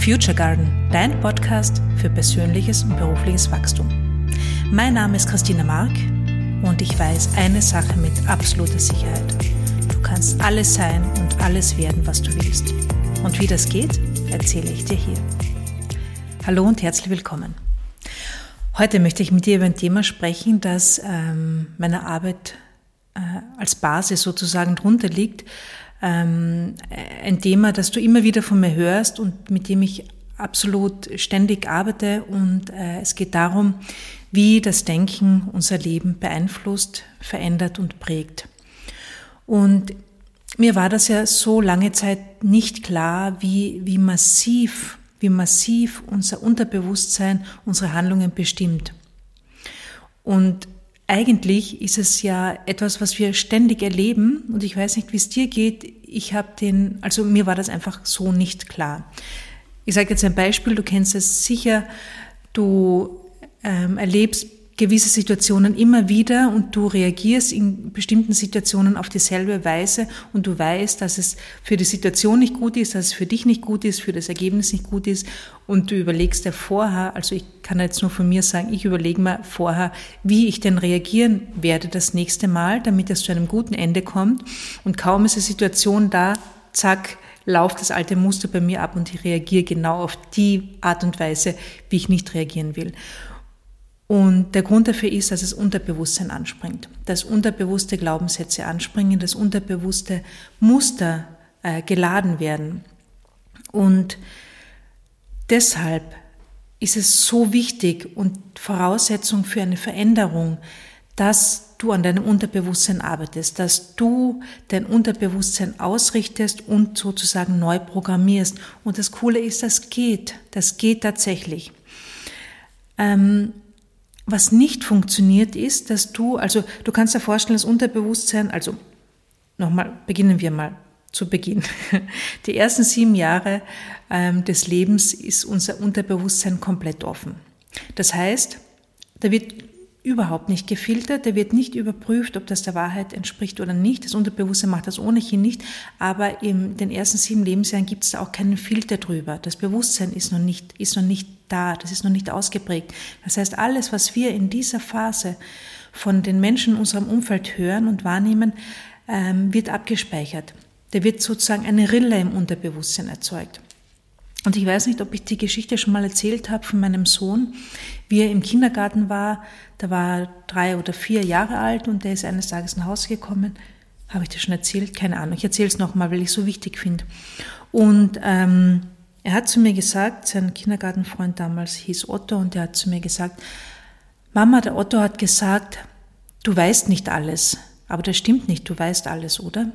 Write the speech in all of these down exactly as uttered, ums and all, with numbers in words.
Future Garden, dein Podcast für persönliches und berufliches Wachstum. Mein Name ist Christina Mark und ich weiß eine Sache mit absoluter Sicherheit. Du kannst alles sein und alles werden, was du willst. Und wie das geht, erzähle ich dir hier. Hallo und herzlich willkommen. Heute möchte ich mit dir über ein Thema sprechen, das ähm, meiner Arbeit äh, als Basis sozusagen drunter liegt. Ähm, ein Thema, das du immer wieder von mir hörst und mit dem ich absolut ständig arbeite. Und äh, es geht darum, wie das Denken unser Leben beeinflusst, verändert und prägt. Und mir war das ja so lange Zeit nicht klar, wie, wie massiv, wie massiv unser Unterbewusstsein unsere Handlungen bestimmt. Und eigentlich ist es ja etwas, was wir ständig erleben, und ich weiß nicht, wie es dir geht. Ich habe den, also mir war das einfach so nicht klar. Ich sage jetzt ein Beispiel, du kennst es sicher, du ähm, erlebst gewisse Situationen immer wieder und du reagierst in bestimmten Situationen auf dieselbe Weise und du weißt, dass es für die Situation nicht gut ist, dass es für dich nicht gut ist, für das Ergebnis nicht gut ist und du überlegst dir vorher, also ich kann jetzt nur von mir sagen, ich überlege mir vorher, wie ich denn reagieren werde das nächste Mal, damit es zu einem guten Ende kommt, und kaum ist die Situation da, zack, läuft das alte Muster bei mir ab und ich reagiere genau auf die Art und Weise, wie ich nicht reagieren will. Und der Grund dafür ist, dass das Unterbewusstsein anspringt, dass unterbewusste Glaubenssätze anspringen, dass unterbewusste Muster äh, geladen werden. Und deshalb ist es so wichtig und Voraussetzung für eine Veränderung, dass du an deinem Unterbewusstsein arbeitest, dass du dein Unterbewusstsein ausrichtest und sozusagen neu programmierst. Und das Coole ist, das geht, das geht tatsächlich. Ähm, Was nicht funktioniert ist, dass du, also du kannst dir vorstellen, das Unterbewusstsein, also nochmal, beginnen wir mal zu Beginn. Die ersten sieben Jahre ähm, des Lebens ist unser Unterbewusstsein komplett offen. Das heißt, da wird überhaupt nicht gefiltert, da wird nicht überprüft, ob das der Wahrheit entspricht oder nicht. Das Unterbewusstsein macht das ohnehin nicht, aber in den ersten sieben Lebensjahren gibt es da auch keinen Filter drüber. Das Bewusstsein ist noch nicht, ist noch nicht da, das ist noch nicht ausgeprägt. Das heißt, alles, was wir in dieser Phase von den Menschen in unserem Umfeld hören und wahrnehmen, ähm, wird abgespeichert. Da wird sozusagen eine Rille im Unterbewusstsein erzeugt. Und ich weiß nicht, ob ich die Geschichte schon mal erzählt habe von meinem Sohn, wie er im Kindergarten war. Da war er drei oder vier Jahre alt und der ist eines Tages nach Hause gekommen. Habe ich das schon erzählt? Keine Ahnung. Ich erzähle es nochmal, weil ich es so wichtig finde. Und ähm, er hat zu mir gesagt, sein Kindergartenfreund damals hieß Otto, und er hat zu mir gesagt, Mama, der Otto hat gesagt, du weißt nicht alles. Aber das stimmt nicht, du weißt alles, oder?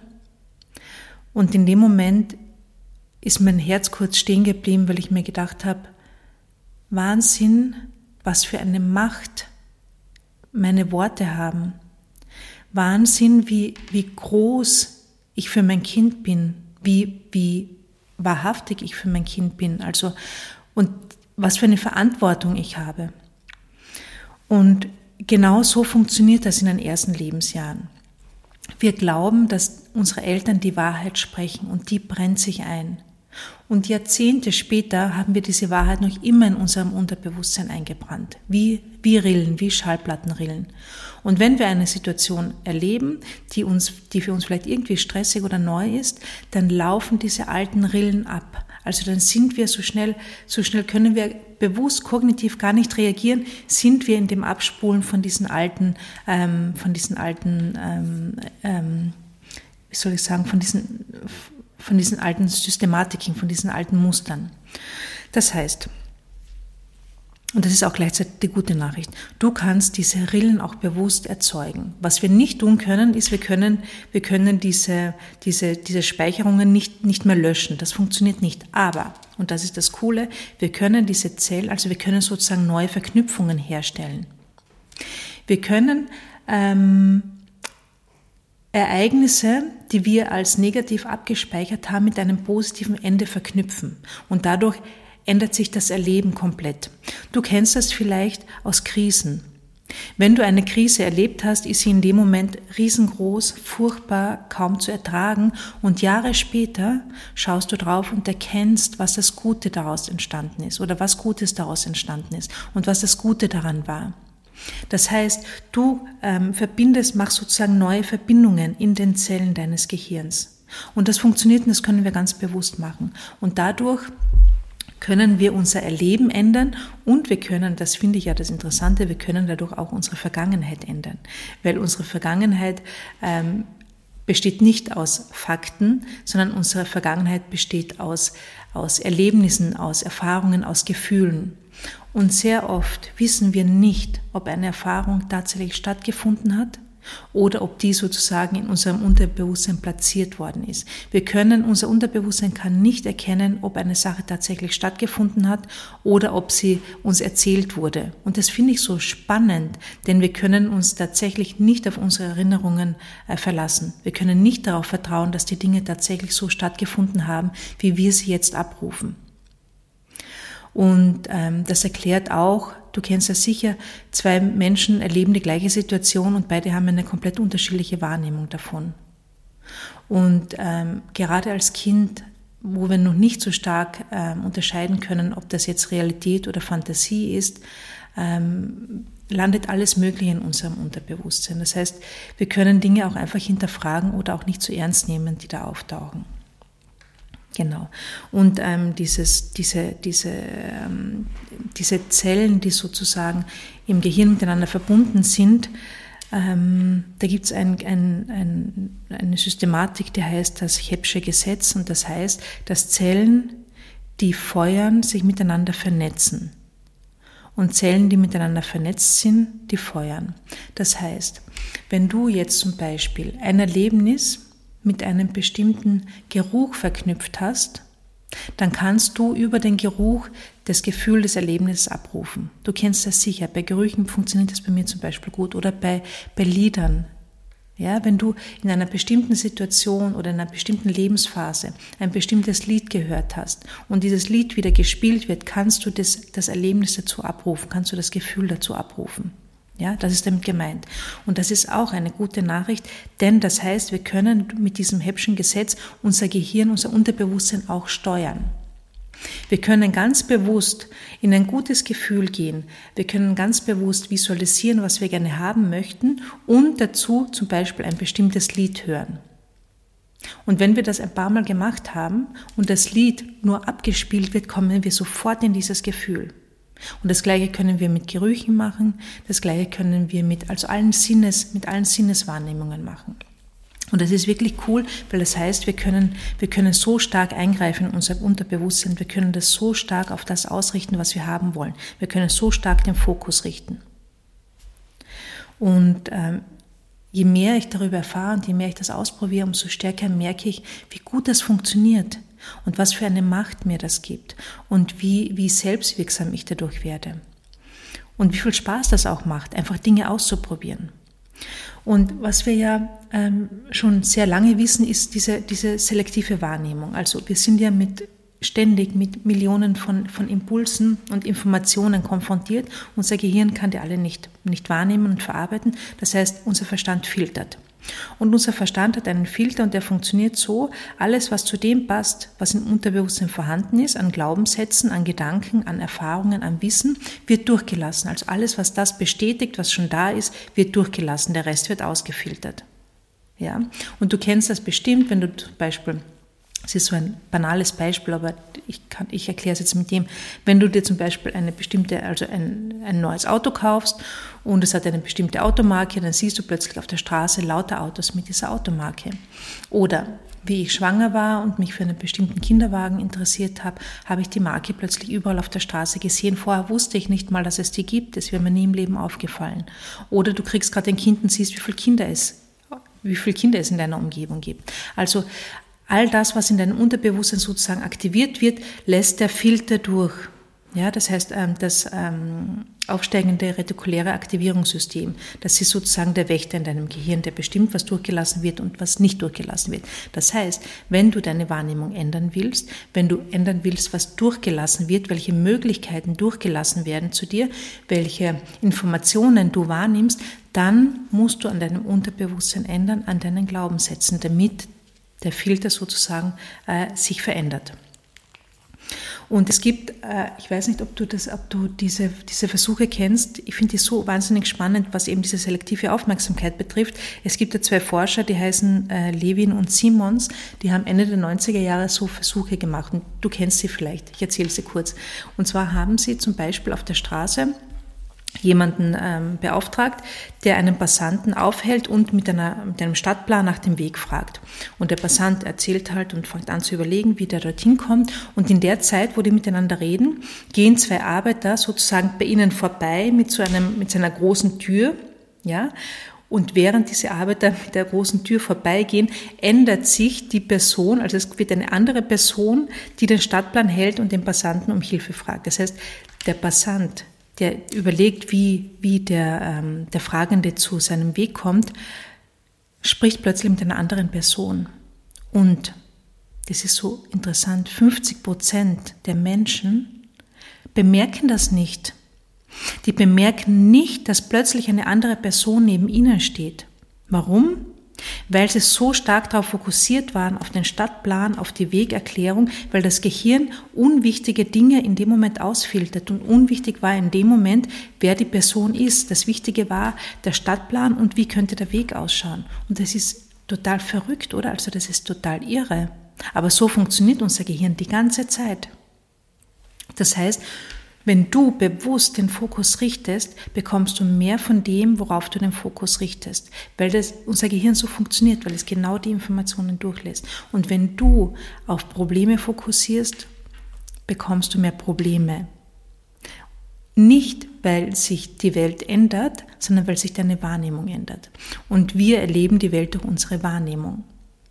Und in dem Moment ist mein Herz kurz stehen geblieben, weil ich mir gedacht habe, Wahnsinn, was für eine Macht meine Worte haben. Wahnsinn, wie, wie groß ich für mein Kind bin, wie, wie wahrhaftig ich für mein Kind bin, also, und was für eine Verantwortung ich habe. Und genau so funktioniert das in den ersten Lebensjahren. Wir glauben, dass unsere Eltern die Wahrheit sprechen und die brennt sich ein. Und Jahrzehnte später haben wir diese Wahrheit noch immer in unserem Unterbewusstsein eingebrannt, wie, wie Rillen, wie Schallplattenrillen. Und wenn wir eine Situation erleben, die uns, die für uns vielleicht irgendwie stressig oder neu ist, dann laufen diese alten Rillen ab. Also dann sind wir so schnell, so schnell können wir bewusst kognitiv gar nicht reagieren, sind wir in dem Abspulen von diesen alten, ähm, von diesen alten, ähm, ähm, wie soll ich sagen, von diesen von diesen alten Systematiken, von diesen alten Mustern. Das heißt, und das ist auch gleichzeitig die gute Nachricht, du kannst diese Rillen auch bewusst erzeugen. Was wir nicht tun können, ist, wir können, wir können diese, diese, diese Speicherungen nicht, nicht mehr löschen. Das funktioniert nicht. Aber, und das ist das Coole, wir können diese Zellen, also wir können sozusagen neue Verknüpfungen herstellen. Wir können, ähm, Ereignisse, die wir als negativ abgespeichert haben, mit einem positiven Ende verknüpfen. Und dadurch ändert sich das Erleben komplett. Du kennst das vielleicht aus Krisen. Wenn du eine Krise erlebt hast, ist sie in dem Moment riesengroß, furchtbar, kaum zu ertragen und Jahre später schaust du drauf und erkennst, was das Gute daraus entstanden ist oder was Gutes daraus entstanden ist und was das Gute daran war. Das heißt, du ähm, verbindest, machst sozusagen neue Verbindungen in den Zellen deines Gehirns. Und das funktioniert und das können wir ganz bewusst machen. Und dadurch können wir unser Erleben ändern und wir können, das finde ich ja das Interessante, wir können dadurch auch unsere Vergangenheit ändern. Weil unsere Vergangenheit ähm, besteht nicht aus Fakten, sondern unsere Vergangenheit besteht aus, aus Erlebnissen, aus Erfahrungen, aus Gefühlen. Und sehr oft wissen wir nicht, ob eine Erfahrung tatsächlich stattgefunden hat oder ob die sozusagen in unserem Unterbewusstsein platziert worden ist. Wir können, unser Unterbewusstsein kann nicht erkennen, ob eine Sache tatsächlich stattgefunden hat oder ob sie uns erzählt wurde. Und das finde ich so spannend, denn wir können uns tatsächlich nicht auf unsere Erinnerungen äh, verlassen. Wir können nicht darauf vertrauen, dass die Dinge tatsächlich so stattgefunden haben, wie wir sie jetzt abrufen. Und ähm, das erklärt auch, du kennst ja sicher, zwei Menschen erleben die gleiche Situation und beide haben eine komplett unterschiedliche Wahrnehmung davon. Und ähm, gerade als Kind, wo wir noch nicht so stark ähm, unterscheiden können, ob das jetzt Realität oder Fantasie ist, ähm, landet alles Mögliche in unserem Unterbewusstsein. Das heißt, wir können Dinge auch einfach hinterfragen oder auch nicht zu ernst nehmen, die da auftauchen. Genau. Und ähm, dieses, diese, diese, ähm, diese Zellen, die sozusagen im Gehirn miteinander verbunden sind, ähm, da gibt es ein, ein, ein, eine Systematik, die heißt das Hebsche Gesetz. Und das heißt, dass Zellen, die feuern, sich miteinander vernetzen. Und Zellen, die miteinander vernetzt sind, die feuern. Das heißt, wenn du jetzt zum Beispiel ein Erlebnis mit einem bestimmten Geruch verknüpft hast, dann kannst du über den Geruch das Gefühl des Erlebnisses abrufen. Du kennst das sicher. Bei Gerüchen funktioniert das bei mir zum Beispiel gut oder bei, bei Liedern. Ja, wenn du in einer bestimmten Situation oder in einer bestimmten Lebensphase ein bestimmtes Lied gehört hast und dieses Lied wieder gespielt wird, kannst du das, das Erlebnis dazu abrufen, kannst du das Gefühl dazu abrufen. Ja, das ist damit gemeint. Und das ist auch eine gute Nachricht, denn das heißt, wir können mit diesem Hebschen Gesetz unser Gehirn, unser Unterbewusstsein auch steuern. Wir können ganz bewusst in ein gutes Gefühl gehen. Wir können ganz bewusst visualisieren, was wir gerne haben möchten und dazu zum Beispiel ein bestimmtes Lied hören. Und wenn wir das ein paar Mal gemacht haben und das Lied nur abgespielt wird, kommen wir sofort in dieses Gefühl. Und das Gleiche können wir mit Gerüchen machen, das Gleiche können wir mit, also allen Sinnes, mit allen Sinneswahrnehmungen machen. Und das ist wirklich cool, weil das heißt, wir können, wir können so stark eingreifen in unser Unterbewusstsein, wir können das so stark auf das ausrichten, was wir haben wollen. Wir können so stark den Fokus richten. Und ähm, je mehr ich darüber erfahre und je mehr ich das ausprobiere, umso stärker merke ich, wie gut das funktioniert. Und was für eine Macht mir das gibt und wie, wie selbstwirksam ich dadurch werde. Und wie viel Spaß das auch macht, einfach Dinge auszuprobieren. Und was wir ja ähm, schon sehr lange wissen, ist diese, diese selektive Wahrnehmung. Also wir sind ja mit ständig mit Millionen von, von Impulsen und Informationen konfrontiert. Unser Gehirn kann die alle nicht, nicht wahrnehmen und verarbeiten. Das heißt, unser Verstand filtert. Und unser Verstand hat einen Filter und der funktioniert so, alles was zu dem passt, was im Unterbewusstsein vorhanden ist, an Glaubenssätzen, an Gedanken, an Erfahrungen, an Wissen, wird durchgelassen. Also alles, was das bestätigt, was schon da ist, wird durchgelassen, der Rest wird ausgefiltert. Ja? Und du kennst das bestimmt, wenn du zum Beispiel, es ist so ein banales Beispiel, aber ich, kann, ich erkläre es jetzt mit dem, wenn du dir zum Beispiel eine bestimmte, also ein, ein neues Auto kaufst und es hat eine bestimmte Automarke, dann siehst du plötzlich auf der Straße lauter Autos mit dieser Automarke. Oder wie ich schwanger war und mich für einen bestimmten Kinderwagen interessiert habe, habe ich die Marke plötzlich überall auf der Straße gesehen. Vorher wusste ich nicht mal, dass es die gibt. Das wäre mir nie im Leben aufgefallen. Oder du kriegst gerade ein Kind und siehst, wie viele Kinder es, wie viele Kinder es in deiner Umgebung gibt. Also all das, was in deinem Unterbewusstsein sozusagen aktiviert wird, lässt der Filter durch. Ja, das heißt, das aufsteigende retikuläre Aktivierungssystem. Das ist sozusagen der Wächter in deinem Gehirn, der bestimmt, was durchgelassen wird und was nicht durchgelassen wird. Das heißt, wenn du deine Wahrnehmung ändern willst, wenn du ändern willst, was durchgelassen wird, welche Möglichkeiten durchgelassen werden zu dir, welche Informationen du wahrnimmst, dann musst du an deinem Unterbewusstsein ändern, an deinen Glaubenssätzen, damit der Filter sozusagen äh, sich verändert. Und es gibt, äh, ich weiß nicht, ob du das, ob du diese, diese Versuche kennst, ich finde die so wahnsinnig spannend, was eben diese selektive Aufmerksamkeit betrifft. Es gibt ja zwei Forscher, die heißen äh, Levin und Simons, die haben Ende der neunziger Jahre so Versuche gemacht und du kennst sie vielleicht, ich erzähle sie kurz. Und zwar haben sie zum Beispiel auf der Straße jemanden ähm, beauftragt, der einen Passanten aufhält und mit, einer, mit einem Stadtplan nach dem Weg fragt. Und der Passant erzählt halt und fängt an zu überlegen, wie der dorthin kommt. Und in der Zeit, wo die miteinander reden, gehen zwei Arbeiter sozusagen bei ihnen vorbei mit so einem, mit so einer großen Tür, ja. Und während diese Arbeiter mit der großen Tür vorbeigehen, ändert sich die Person, also es wird eine andere Person, die den Stadtplan hält und den Passanten um Hilfe fragt. Das heißt, der Passant, der überlegt, wie, wie der, ähm, der Fragende zu seinem Weg kommt, spricht plötzlich mit einer anderen Person. Und das ist so interessant, fünfzig Prozent der Menschen bemerken das nicht. Die bemerken nicht, dass plötzlich eine andere Person neben ihnen steht. Warum? Weil sie so stark darauf fokussiert waren, auf den Stadtplan, auf die Wegerklärung, weil das Gehirn unwichtige Dinge in dem Moment ausfiltert und unwichtig war in dem Moment, wer die Person ist. Das Wichtige war der Stadtplan und wie könnte der Weg ausschauen. Und das ist total verrückt, oder? Also das ist total irre. Aber so funktioniert unser Gehirn die ganze Zeit. Das heißt, wenn du bewusst den Fokus richtest, bekommst du mehr von dem, worauf du den Fokus richtest, weil das, unser Gehirn so funktioniert, weil es genau die Informationen durchlässt. Und wenn du auf Probleme fokussierst, bekommst du mehr Probleme. Nicht, weil sich die Welt ändert, sondern weil sich deine Wahrnehmung ändert. Und wir erleben die Welt durch unsere Wahrnehmung.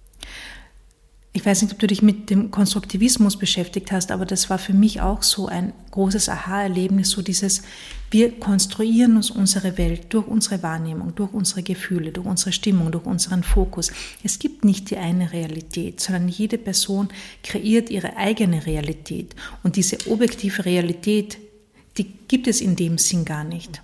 Ich weiß nicht, ob du dich mit dem Konstruktivismus beschäftigt hast, aber das war für mich auch so ein großes Aha-Erlebnis, so dieses, wir konstruieren uns unsere Welt durch unsere Wahrnehmung, durch unsere Gefühle, durch unsere Stimmung, durch unseren Fokus. Es gibt nicht die eine Realität, sondern jede Person kreiert ihre eigene Realität. Und diese objektive Realität, die gibt es in dem Sinn gar nicht.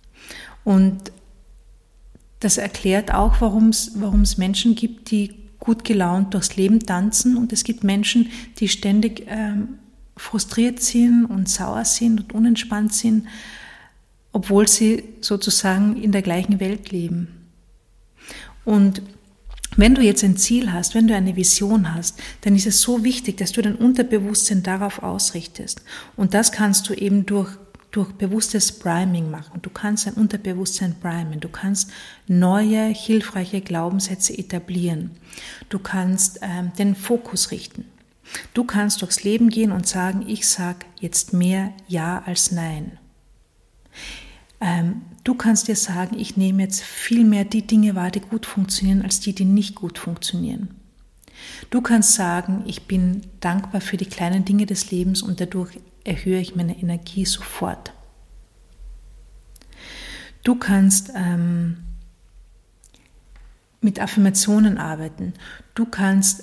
Und das erklärt auch, warum es, warum es Menschen gibt, die gut gelaunt durchs Leben tanzen und es gibt Menschen, die ständig ähm, frustriert sind und sauer sind und unentspannt sind, obwohl sie sozusagen in der gleichen Welt leben. Und wenn du jetzt ein Ziel hast, wenn du eine Vision hast, dann ist es so wichtig, dass du dein Unterbewusstsein darauf ausrichtest. Und das kannst du eben durch durch bewusstes Priming machen. Du kannst dein Unterbewusstsein primen. Du kannst neue, hilfreiche Glaubenssätze etablieren. Du kannst ähm, den Fokus richten. Du kannst durchs Leben gehen und sagen, ich sage jetzt mehr Ja als Nein. Ähm, du kannst dir sagen, ich nehme jetzt viel mehr die Dinge wahr, die gut funktionieren, als die, die nicht gut funktionieren. Du kannst sagen, ich bin dankbar für die kleinen Dinge des Lebens und dadurch erhöhe ich meine Energie sofort. Du kannst ähm, mit Affirmationen arbeiten. Du kannst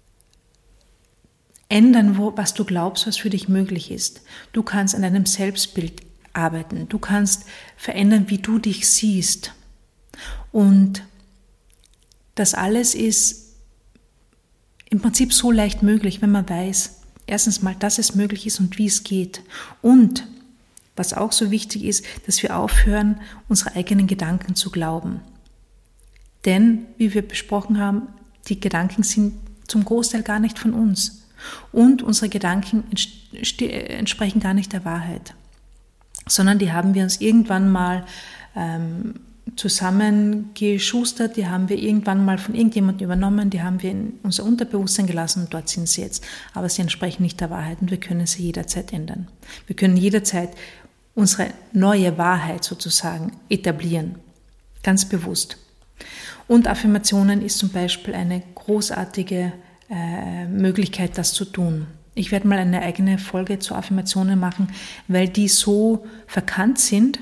ändern, wo, was du glaubst, was für dich möglich ist. Du kannst an deinem Selbstbild arbeiten. Du kannst verändern, wie du dich siehst. Und das alles ist im Prinzip so leicht möglich, wenn man weiß, erstens mal, dass es möglich ist und wie es geht. Und was auch so wichtig ist, dass wir aufhören, unsere eigenen Gedanken zu glauben. Denn, wie wir besprochen haben, die Gedanken sind zum Großteil gar nicht von uns. Und unsere Gedanken entsprechen gar nicht der Wahrheit. Sondern die haben wir uns irgendwann mal ähm, zusammengeschustert, die haben wir irgendwann mal von irgendjemandem übernommen, die haben wir in unser Unterbewusstsein gelassen und dort sind sie jetzt. Aber sie entsprechen nicht der Wahrheit und wir können sie jederzeit ändern. Wir können jederzeit unsere neue Wahrheit sozusagen etablieren, ganz bewusst. Und Affirmationen ist zum Beispiel eine großartige äh, Möglichkeit, das zu tun. Ich werde mal eine eigene Folge zu Affirmationen machen, weil die so verkannt sind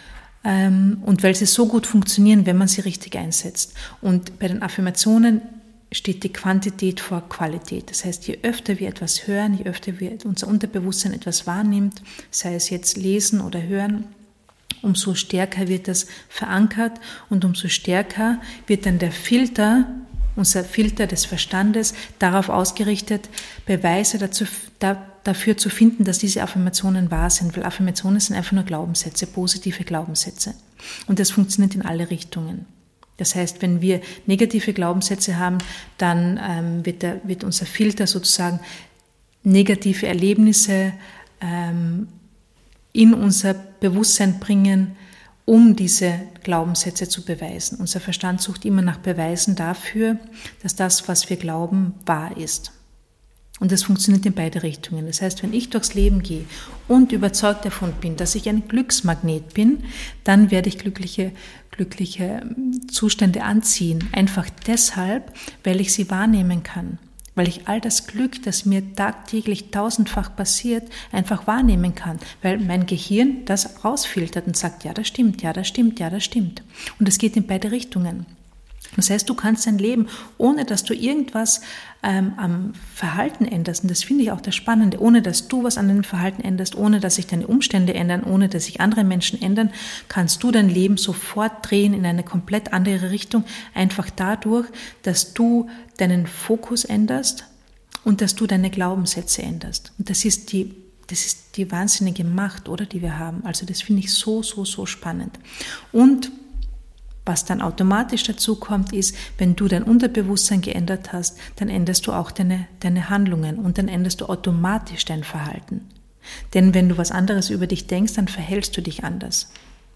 ähm, und weil sie so gut funktionieren, wenn man sie richtig einsetzt. Und bei den Affirmationen steht die Quantität vor Qualität. Das heißt, je öfter wir etwas hören, je öfter wir unser Unterbewusstsein etwas wahrnimmt, sei es jetzt lesen oder hören, umso stärker wird das verankert und umso stärker wird dann der Filter, unser Filter des Verstandes, darauf ausgerichtet, Beweise dazu, da, dafür zu finden, dass diese Affirmationen wahr sind, weil Affirmationen sind einfach nur Glaubenssätze, positive Glaubenssätze. Und das funktioniert in alle Richtungen. Das heißt, wenn wir negative Glaubenssätze haben, dann ähm, wird, der, wird unser Filter sozusagen negative Erlebnisse ähm, in unser Bewusstsein bringen, um diese Glaubenssätze zu beweisen. Unser Verstand sucht immer nach Beweisen dafür, dass das, was wir glauben, wahr ist. Und das funktioniert in beide Richtungen. Das heißt, wenn ich durchs Leben gehe und überzeugt davon bin, dass ich ein Glücksmagnet bin, dann werde ich glückliche, glückliche Zustände anziehen. Einfach deshalb, weil ich sie wahrnehmen kann. Weil ich all das Glück, das mir tagtäglich tausendfach passiert, einfach wahrnehmen kann. Weil mein Gehirn das rausfiltert und sagt, ja, das stimmt, ja, das stimmt, ja, das stimmt. Und es geht in beide Richtungen. Das heißt, du kannst dein Leben, ohne dass du irgendwas ähm, am Verhalten änderst, und das finde ich auch das Spannende, ohne dass du was an deinem Verhalten änderst, ohne dass sich deine Umstände ändern, ohne dass sich andere Menschen ändern, kannst du dein Leben sofort drehen in eine komplett andere Richtung, einfach dadurch, dass du deinen Fokus änderst und dass du deine Glaubenssätze änderst. Und das ist die, das ist die wahnsinnige Macht, oder, die wir haben. Also das finde ich so, so, so spannend. Und was dann automatisch dazu kommt, ist, wenn du dein Unterbewusstsein geändert hast, dann änderst du auch deine, deine Handlungen und dann änderst du automatisch dein Verhalten. Denn wenn du was anderes über dich denkst, dann verhältst du dich anders.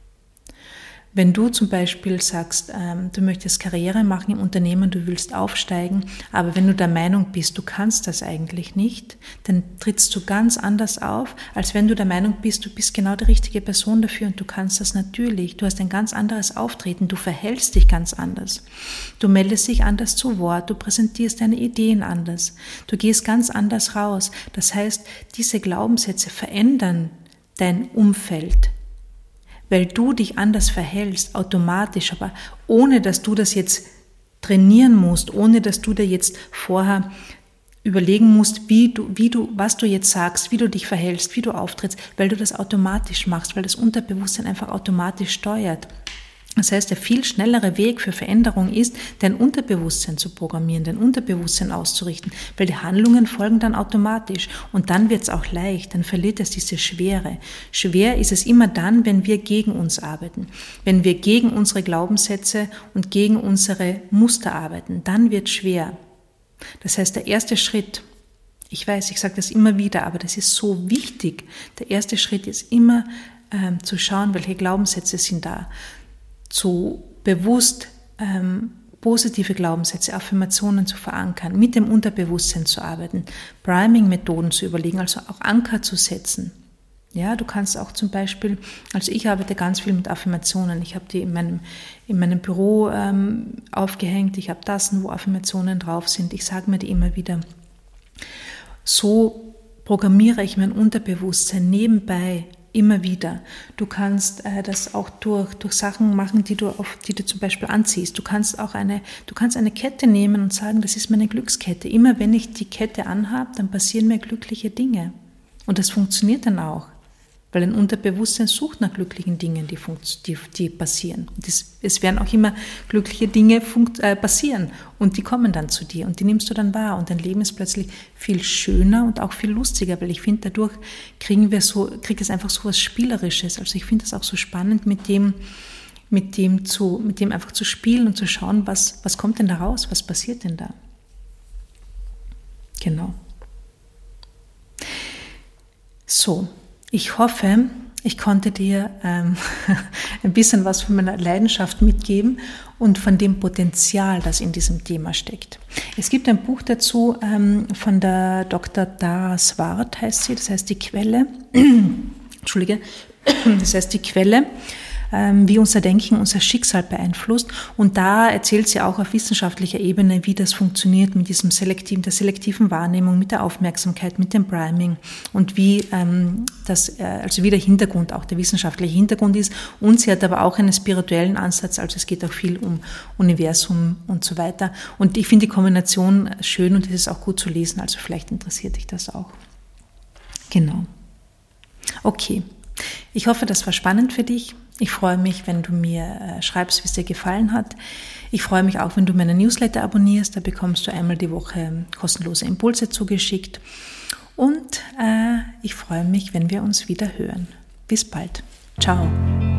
Wenn du zum Beispiel sagst, ähm, du möchtest Karriere machen im Unternehmen, du willst aufsteigen, aber wenn du der Meinung bist, du kannst das eigentlich nicht, dann trittst du ganz anders auf, als wenn du der Meinung bist, du bist genau die richtige Person dafür und du kannst das natürlich. Du hast ein ganz anderes Auftreten, du verhältst dich ganz anders. Du meldest dich anders zu Wort, du präsentierst deine Ideen anders, du gehst ganz anders raus. Das heißt, diese Glaubenssätze verändern dein Umfeld, weil du dich anders verhältst, automatisch, aber ohne, dass du das jetzt trainieren musst, ohne, dass du dir jetzt vorher überlegen musst, wie du, wie du, was du jetzt sagst, wie du dich verhältst, wie du auftrittst, weil du das automatisch machst, weil das Unterbewusstsein einfach automatisch steuert. Das heißt, der viel schnellere Weg für Veränderung ist, dein Unterbewusstsein zu programmieren, dein Unterbewusstsein auszurichten, weil die Handlungen folgen dann automatisch und dann wird es auch leicht, dann verliert es diese Schwere. Schwer ist es immer dann, wenn wir gegen uns arbeiten, wenn wir gegen unsere Glaubenssätze und gegen unsere Muster arbeiten, dann wird es schwer. Das heißt, der erste Schritt, ich weiß, ich sage das immer wieder, aber das ist so wichtig, der erste Schritt ist immer ähm, zu schauen, welche Glaubenssätze sind da, zu bewusst ähm, positive Glaubenssätze, Affirmationen zu verankern, mit dem Unterbewusstsein zu arbeiten, Priming-Methoden zu überlegen, also auch Anker zu setzen. Ja, du kannst auch zum Beispiel, also ich arbeite ganz viel mit Affirmationen. Ich habe die in meinem, in meinem Büro ähm, aufgehängt. Ich habe Tassen, wo Affirmationen drauf sind. Ich sage mir die immer wieder. So programmiere ich mein Unterbewusstsein nebenbei immer wieder. Du kannst äh, das auch durch, durch Sachen machen, die du, auf, die du zum Beispiel anziehst. Du kannst auch eine, du kannst eine Kette nehmen und sagen, das ist meine Glückskette. Immer wenn ich die Kette anhabe, dann passieren mir glückliche Dinge. Und das funktioniert dann auch. Weil ein Unterbewusstsein sucht nach glücklichen Dingen, die, die, die passieren. Und das, es werden auch immer glückliche Dinge funkt, äh, passieren und die kommen dann zu dir und die nimmst du dann wahr und dein Leben ist plötzlich viel schöner und auch viel lustiger, weil ich finde, dadurch kriegen wir so, kriegt es einfach so was Spielerisches. Also ich finde es auch so spannend, mit dem, mit dem zu, mit dem einfach zu spielen und zu schauen, was, was kommt denn da raus, was passiert denn da? Genau. So. Ich hoffe, ich konnte dir ähm, ein bisschen was von meiner Leidenschaft mitgeben und von dem Potenzial, das in diesem Thema steckt. Es gibt ein Buch dazu ähm, von der Doktor Tara Swart, heißt sie, das heißt die Quelle. Entschuldige, das heißt die Quelle. wie unser Denken unser Schicksal beeinflusst. Und da erzählt sie auch auf wissenschaftlicher Ebene, wie das funktioniert mit diesem selektiven, der selektiven Wahrnehmung, mit der Aufmerksamkeit, mit dem Priming und wie ähm, das, äh, also wie der Hintergrund, auch der wissenschaftliche Hintergrund ist. Und sie hat aber auch einen spirituellen Ansatz, also es geht auch viel um Universum und so weiter. Und ich finde die Kombination schön und es ist auch gut zu lesen, also vielleicht interessiert dich das auch. Genau. Okay. Ich hoffe, das war spannend für dich. Ich freue mich, wenn du mir äh, schreibst, wie es dir gefallen hat. Ich freue mich auch, wenn du meine Newsletter abonnierst. Da bekommst du einmal die Woche kostenlose Impulse zugeschickt. Und äh, ich freue mich, wenn wir uns wieder hören. Bis bald. Ciao.